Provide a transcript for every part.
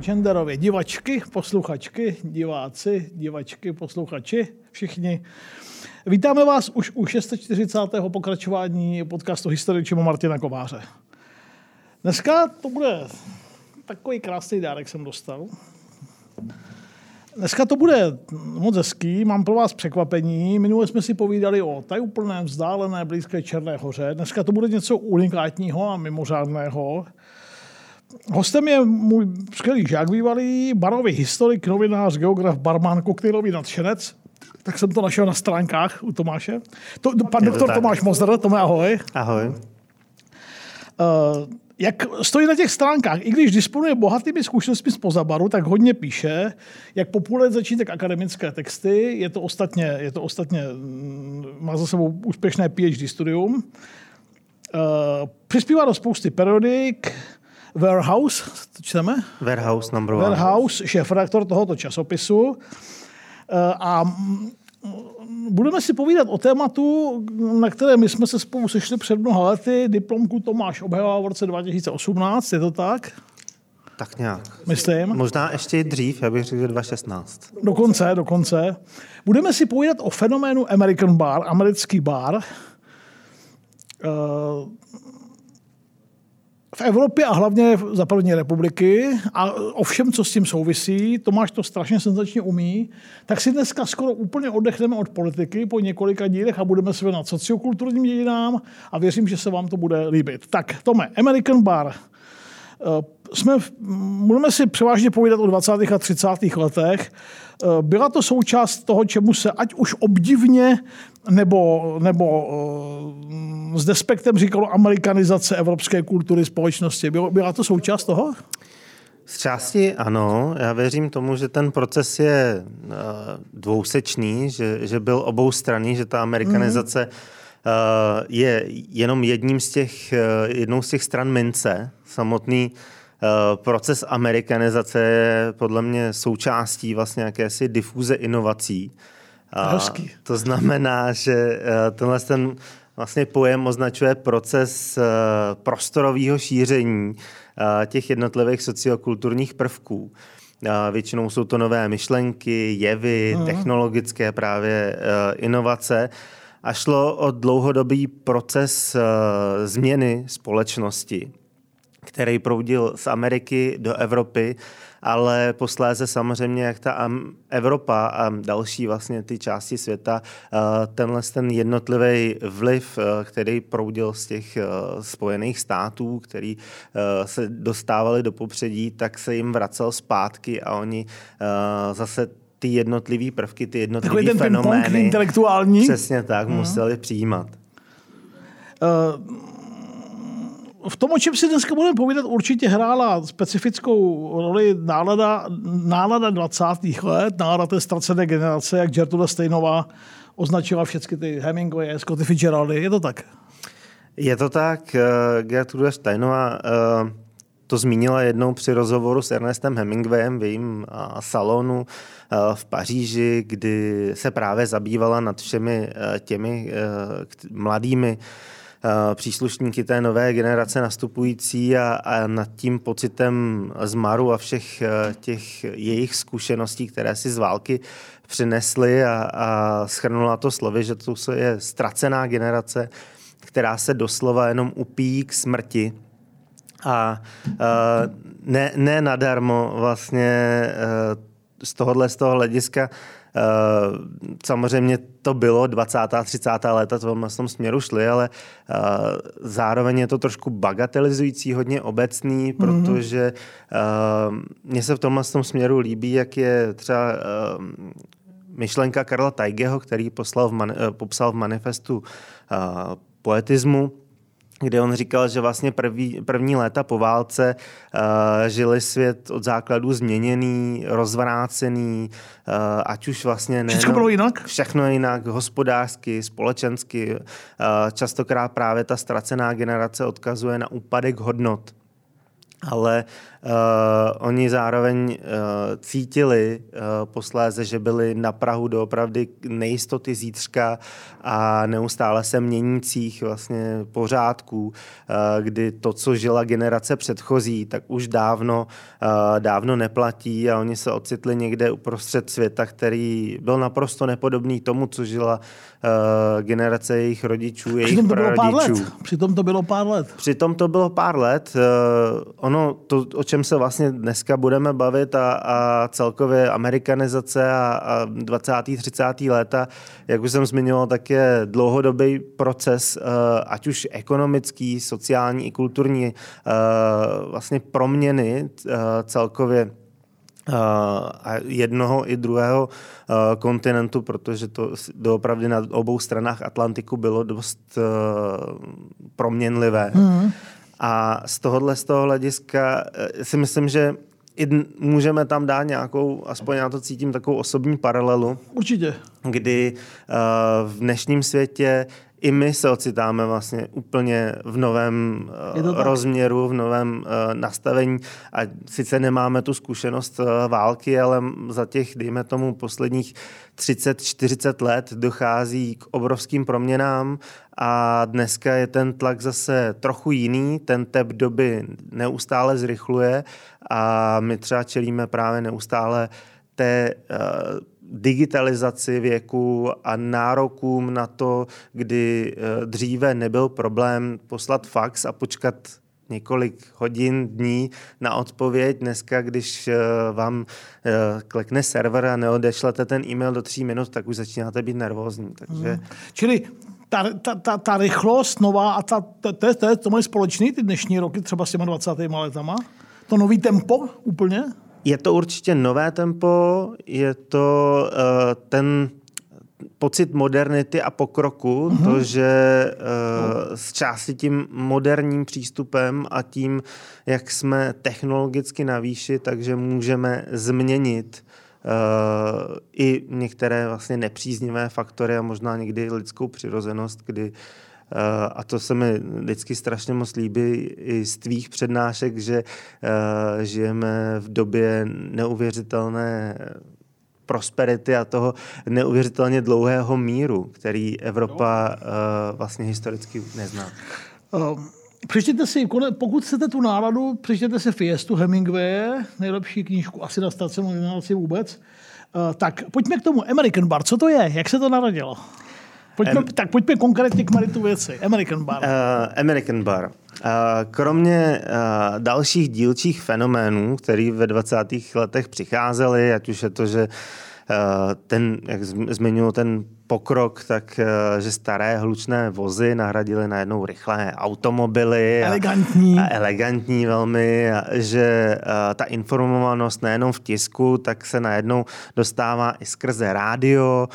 genderově. Divačky, posluchačky, diváci, divačky, posluchači, všichni. Vítáme vás už u 640. pokračování podcastu Historie Čima Martina Kováře. Dneska to bude takový krásný dárek jsem dostal. Dneska to bude moc hezký, mám pro vás překvapení. Minule jsme si povídali o tajuplné, vzdálené, blízké Černé hoře. Dneska to bude něco unikátního a mimořádného. Hostem je můj skvělý žák bývalý, barový historik, novinář, geograf, barman, koktejlový nadšenec. Tak jsem to našel na stránkách u Tomáše. Pan doktor Tomáš Mozder, Tome, ahoj. Ahoj. Jak stojí na těch stránkách, i když disponuje bohatými zkušenostmi z Pozabaru, tak hodně píše, jak popularizační, tak akademické texty. Je to ostatně má za sebou úspěšné PhD studium. Přispívá do spousty periodik. Warehouse, to čteme? Warehouse, number one. Warehouse, šéfredaktor tohoto časopisu. A budeme si povídat o tématu, na které my jsme se spolu sešli před mnoha lety. Diplomku Tomáš obhajoval v roce 2018, je to tak? Tak nějak. Myslím. Možná ještě dřív, já bych řekl 2016. Dokonce. Budeme si povídat o fenoménu American Bar, americký bar. V Evropě a hlavně za první republiky a o všem, co s tím souvisí, Tomáš to strašně senzačně umí, tak si dneska skoro úplně oddechneme od politiky po několika dílech a budeme se věnovat sociokulturním dějinám a věřím, že se vám to bude líbit. Tak, Tome, American Bar. Budeme si převážně povídat o 20. a 30. letech. Byla to součást toho, čemu se ať už obdivně nebo s despektem říkalo amerikanizace evropské kultury společnosti. Byla to součást toho? Z části ano. Já věřím tomu, že ten proces je dvousečný, že byl oboustranný, že ta amerikanizace je jenom jednou z těch stran mince. Samotný proces amerikanizace je podle mě součástí vlastně jakési difuze inovací. To znamená, že tenhle ten vlastně pojem označuje proces prostorového šíření těch jednotlivých sociokulturních prvků. Většinou jsou to nové myšlenky, jevy, technologické právě inovace. A šlo o dlouhodobý proces změny společnosti, který proudil z Ameriky do Evropy, ale posléze samozřejmě, jak ta Evropa a další vlastně ty části světa, ten jednotlivý vliv, který proudil z těch Spojených států, který se dostávali do popředí, tak se jim vracel zpátky a oni zase ty jednotlivý prvky, ty jednotlivý fenomény intelektuální. Přesně tak, museli přijímat. V tom, o čem si dneska budeme povídat, určitě hrála specifickou roli nálada 20. let, nálada té ztracené generace, jak Gertruda Steinová označila všechny ty Hemingwaye, Scotty Fitzgeraldy. Je to tak? Je to tak. Gertruda Steinová to zmínila jednou při rozhovoru s Ernestem Hemingwayem v jejím salonu v Paříži, kdy se právě zabývala nad všemi těmi mladými příslušníky té nové generace nastupující a nad tím pocitem zmaru a všech těch jejich zkušeností, které si z války přinesly a shrnula to slovy, že to je ztracená generace, která se doslova jenom upíjí k smrti. A ne nadarmo vlastně z toho hlediska samozřejmě to bylo 20. a 30. léta, to v tom směru šli, ale zároveň je to trošku bagatelizující, hodně obecný, protože mně se v tomhle směru líbí, jak je třeba myšlenka Karla Teigeho, který popsal v manifestu poetismu, kde on říkal, že vlastně první léta po válce žili svět od základů změněný, rozvrácený, ať už vlastně všechno bylo jinak? Všechno jinak, hospodářsky, společensky. Častokrát právě ta ztracená generace odkazuje na úpadek hodnot. ale oni zároveň cítili posléze, že byli na prahu doopravdy nejistoty zítřka a neustále se měnících vlastně pořádků, kdy to, co žila generace předchozí, tak už dávno neplatí a oni se ocitli někde uprostřed světa, který byl naprosto nepodobný tomu, co žila generace jejich rodičů, jejich prarodičů. Přitom to bylo pár let. Ono, to, o čem se vlastně dneska budeme bavit a celkově amerikanizace a 20. 30. léta, jak už jsem zmiňoval, tak je dlouhodobý proces, ať už ekonomický, sociální i kulturní, vlastně proměny celkově a jednoho i druhého kontinentu, protože to doopravdy na obou stranách Atlantiku bylo dost proměnlivé. A z tohohle hlediska si myslím, že můžeme tam dát nějakou, aspoň já to cítím, takovou osobní paralelu. Určitě. Kdy v dnešním světě i my se ocitáme vlastně úplně v novém rozměru, v novém nastavení a sice nemáme tu zkušenost války, ale za těch, dejme tomu, posledních 30-40 let dochází k obrovským proměnám a dneska je ten tlak zase trochu jiný, ten tep doby neustále zrychluje a my třeba čelíme právě neustále té digitalizaci věku a nárokům na to, kdy dříve nebyl problém poslat fax a počkat několik hodin, dní na odpověď. Dneska, když vám klekne server a neodešlete ten e-mail do 3 minut, tak už začínáte být nervózní. Takže... Čili ta rychlost nová a to mají společný ty dnešní roky, třeba s těma 20. letama? To nový tempo úplně? Je to určitě nové tempo, je to ten pocit modernity a pokroku, to, že s části tím moderním přístupem a tím, jak jsme technologicky na výši, takže můžeme změnit i některé vlastně nepříznivé faktory a možná někdy lidskou přirozenost, kdy a to se mi vždycky strašně moc líbí i z tvých přednášek, že žijeme v době neuvěřitelné prosperity a toho neuvěřitelně dlouhého míru, který Evropa vlastně historicky nezná. Přečtěte si, pokud chcete tu náladu, přečtěte si Fiestu Hemingwaye, nejlepší knížku asi na ztracenou generaci vůbec. Tak pojďme k tomu. American Bar, co to je? Jak se to narodilo? Pojďme konkrétně k meritu věci. American Bar. American Bar. Kromě dalších dílčích fenoménů, který ve 20. letech přicházely, ať už je to, že ten, jak zmiňuji, ten pokrok, tak že staré hlučné vozy nahradily najednou rychlé automobily. Elegantní velmi. A že ta informovanost nejenom v tisku, tak se najednou dostává i skrze rádio,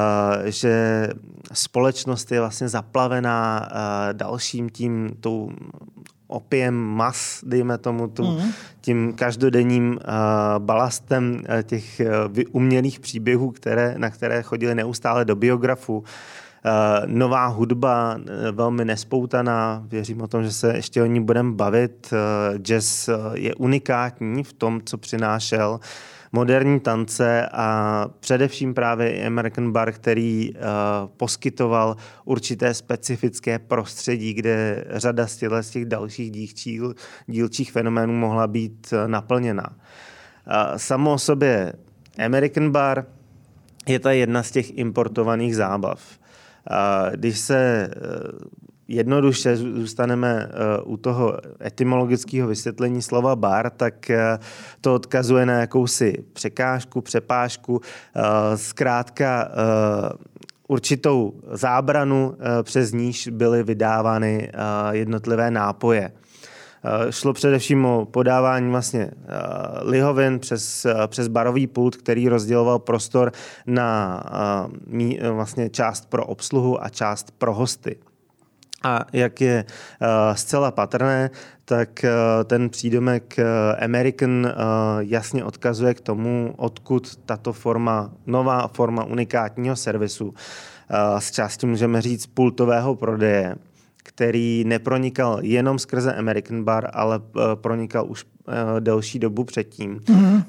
že společnost je vlastně zaplavená dalším tou opiem mas, dejme tomu, tím každodenním balastem těch umělých příběhů, na které chodili neustále do biografu. Nová hudba, velmi nespoutaná, věřím o tom, že se ještě o ní budeme bavit. Jazz je unikátní v tom, co přinášel. Moderní tance a především právě i American Bar, který poskytoval určité specifické prostředí, kde řada z těch dalších dílčích fenoménů mohla být naplněna. Samo o sobě American Bar je ta jedna z těch importovaných zábav. Když se jednoduše zůstaneme u toho etymologického vysvětlení slova bar, tak to odkazuje na jakousi překážku, přepážku, zkrátka určitou zábranu, přes níž byly vydávány jednotlivé nápoje. Šlo především o podávání vlastně lihovin přes barový pult, který rozděloval prostor na vlastně část pro obsluhu a část pro hosty. A jak je zcela patrné, tak ten přídomek American jasně odkazuje k tomu, odkud tato nová forma unikátního servisu, z části můžeme říct pultového prodeje, který nepronikal jenom skrze American Bar, ale pronikal už delší dobu předtím,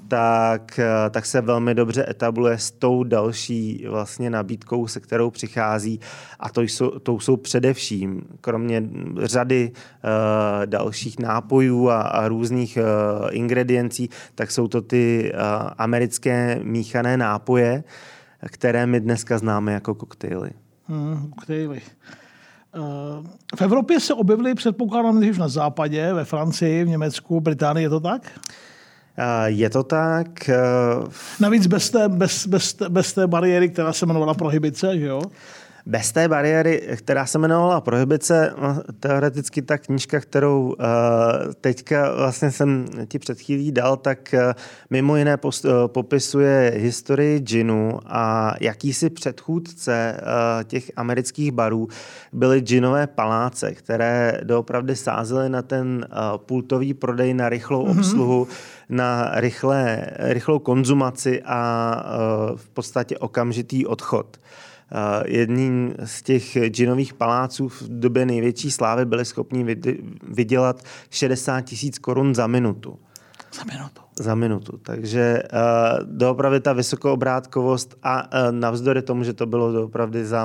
tak se velmi dobře etabluje s tou další vlastně nabídkou, se kterou přichází, a to jsou především, kromě řady dalších nápojů a různých ingrediencí, tak jsou to ty americké míchané nápoje, které my dneska známe jako koktejly. Koktejly. V Evropě se objevily, předpokládám, než na západě, ve Francii, v Německu, Británii, je to tak? Je to tak. Navíc bez té bariéry, která se jmenovala prohibice, že jo? Bez té bariéry, která se jmenovala prohibice, teoreticky ta knížka, kterou teďka vlastně jsem ti před chvílí dal, tak mimo jiné popisuje historii ginu a jakýsi předchůdce těch amerických barů byly ginové paláce, které doopravdy sázely na ten pultový prodej, na rychlou obsluhu, na rychlou konzumaci a v podstatě okamžitý odchod. Jedním z těch ginových paláců v době největší slávy byli schopni vydělat 60 000 korun za minutu. Za minutu. Takže doopravdy ta vysokoobrátkovost a navzdory tomu, že to bylo doopravdy za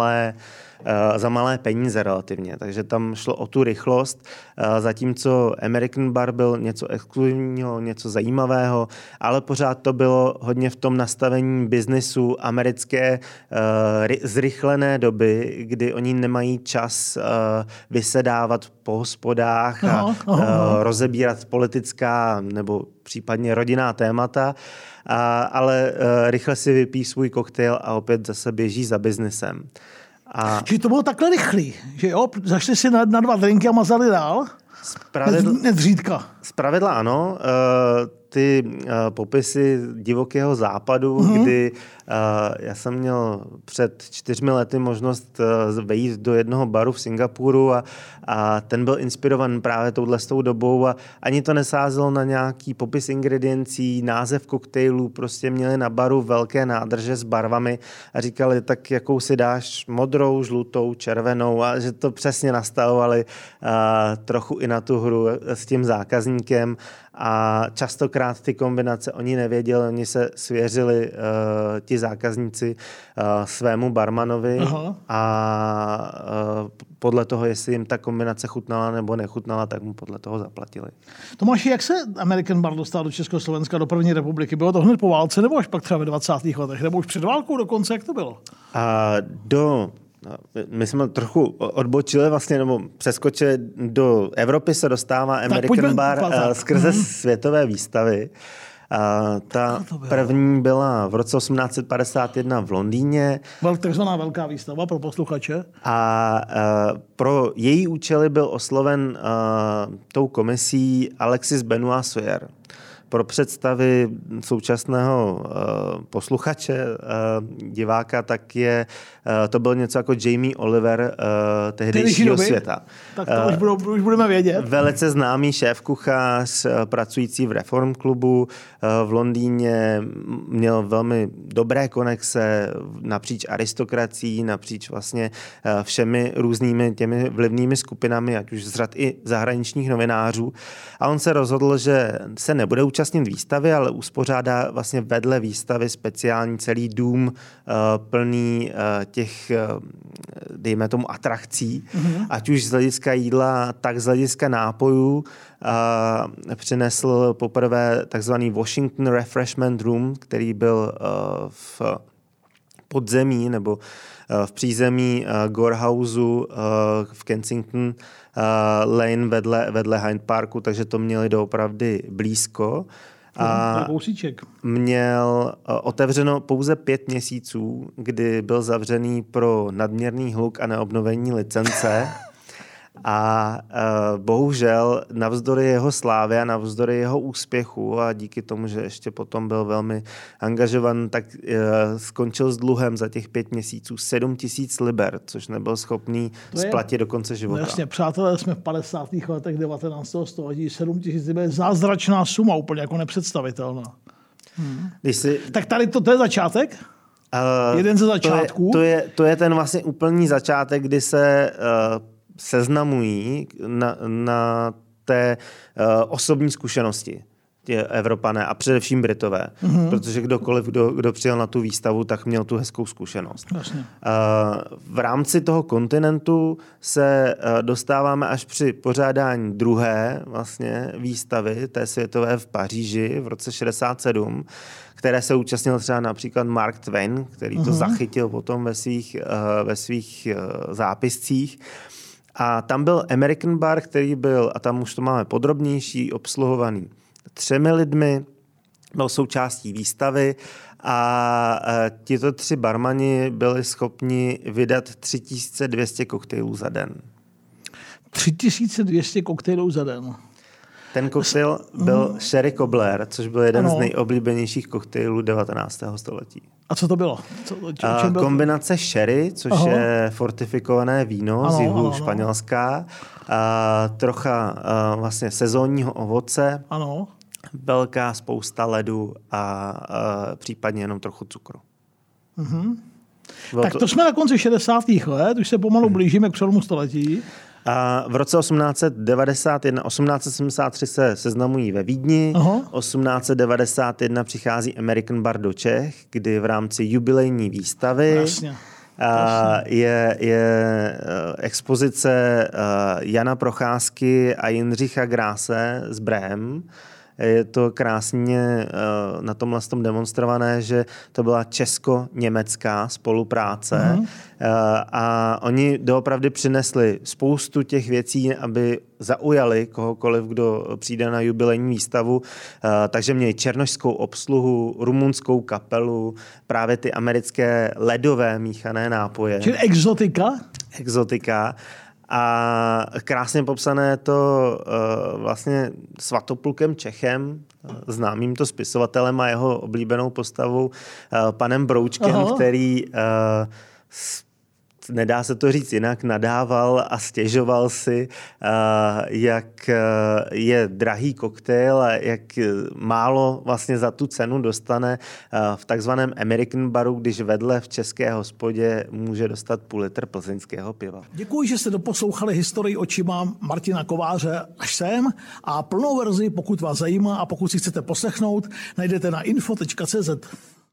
malé peníze relativně. Takže tam šlo o tu rychlost, zatímco American Bar byl něco exkluzivního, něco zajímavého, ale pořád to bylo hodně v tom nastavení biznisu americké zrychlené doby, kdy oni nemají čas vysedávat po hospodách a rozebírat politická nebo případně rodinná témata, ale rychle si vypí svůj koktejl a opět zase běží za biznesem. Čiže to bylo takhle rychlý, že jo? Zašli si na 2 drinky a mazali dál? Nezřídka. Zpravidla ano. Ty popisy divokého západu, kdy já jsem měl před 4 lety možnost vejít do jednoho baru v Singapuru a ten byl inspirovan právě touhletou dobou a ani to nesázelo na nějaký popis ingrediencí, název koktejlů, prostě měli na baru velké nádrže s barvami a říkali, tak jakou si dáš, modrou, žlutou, červenou, a že to přesně nastavovali trochu i na tu hru s tím zákazníkem. A častokrát ty kombinace oni nevěděli, oni se svěřili ti zákazníci svému barmanovi. A podle toho, jestli jim ta kombinace chutnala nebo nechutnala, tak mu podle toho zaplatili. Tomáši, jak se American Bar dostal do Československa, do první republiky? Bylo to hned po válce nebo až pak třeba ve 20. letech? Nebo už před válkou dokonce, jak to bylo? My jsme trochu odbočili vlastně, nebo přeskočili do Evropy, se dostává American Bar skrze světové výstavy. Ta první byla v roce 1851 v Londýně. Byla takzvaná velká výstava pro posluchače. A pro její účely byl osloven tou komisí Alexis Benoit Soyer. Pro představy současného posluchače, diváka, tak to byl něco jako Jamie Oliver tehdejšího světa. Tak to už budeme vědět. Velice známý šéfkuchař, pracující v Reform klubu v Londýně, měl velmi dobré konexe napříč aristokracií, napříč vlastně všemi různými těmi vlivnými skupinami, ať už z řad i zahraničních novinářů. A on se rozhodl, že se nebude účastnit výstavy, ale uspořádá vlastně vedle výstavy speciální celý dům plný těch, dejme tomu, atrakcí, ať už z hlediska jídla, tak z hlediska nápojů. Přinesl poprvé takzvaný Washington Refreshment Room, který byl v podzemí nebo v přízemí Gore Houseu v Kensington Lane vedle Hyde Parku, takže to měli doopravdy blízko. A měl otevřeno pouze 5 měsíců, kdy byl zavřený pro nadměrný hluk a neobnovení licence. A bohužel navzdory jeho slávě a navzdory jeho úspěchu a díky tomu, že ještě potom byl velmi angažovan, tak skončil s dluhem za těch 5 měsíců 7 000 liber, což nebyl schopný splatit do konce života. Jasně, přátelé, jsme v 50. letech 19. století, 7 000 liber, zázračná suma, úplně jako nepředstavitelná. Tak tady to je začátek? Jeden ze začátků? To je ten vlastně úplný začátek, kdy se seznamují na té osobní zkušenosti. Evropané a především Britové, protože kdokoliv, kdo přijel na tu výstavu, tak měl tu hezkou zkušenost. Jasně. V rámci toho kontinentu se dostáváme až při pořádání druhé vlastně výstavy, té světové v Paříži v roce 67, které se účastnil třeba například Mark Twain, který to zachytil potom ve svých zápiscích. A tam byl American Bar, který byl, a tam už to máme podrobnější, obsluhovaný 3 lidmi, byl součástí výstavy a tito 3 barmani byli schopni vydat 3200 koktejlů za den. 3200 koktejlů za den. Ten koktejl byl Sherry Cobbler, což byl jeden z nejoblíbenějších koktejlů 19. století. A co to bylo? Kombinace sherry, což je fortifikované víno z jihu Španělska, trocha vlastně sezónního ovoce, velká spousta ledu a případně jenom trochu cukru. Tak to jsme na konci 60. let, už se pomalu blížíme k přelomu století. A v roce 1873 se seznamují ve Vídni, 1891 přichází American Bar do Čech, kdy v rámci jubilejní výstavy je expozice Jana Procházky a Jindřicha Gráse z Brém. Je to krásně na tomhle tom demonstrované, že to byla česko-německá spolupráce a oni doopravdy přinesli spoustu těch věcí, aby zaujali kohokoliv, kdo přijde na jubilejní výstavu. Takže měli černošskou obsluhu, rumunskou kapelu, právě ty americké ledové míchané nápoje. Čili exotika? Exotika. A krásně popsané to vlastně Svatoplukem Čechem, známým to spisovatelem a jeho oblíbenou postavou panem Broučkem, který nedá se to říct jinak, nadával a stěžoval si, jak je drahý koktejl a jak málo vlastně za tu cenu dostane v takzvaném American Baru, když vedle v české hospodě může dostat půl litr plzeňského piva. Děkuji, že jste doposlouchali historii očima Martina Kováře až sem a plnou verzi, pokud vás zajímá a pokud si chcete poslechnout, najdete na info.cz.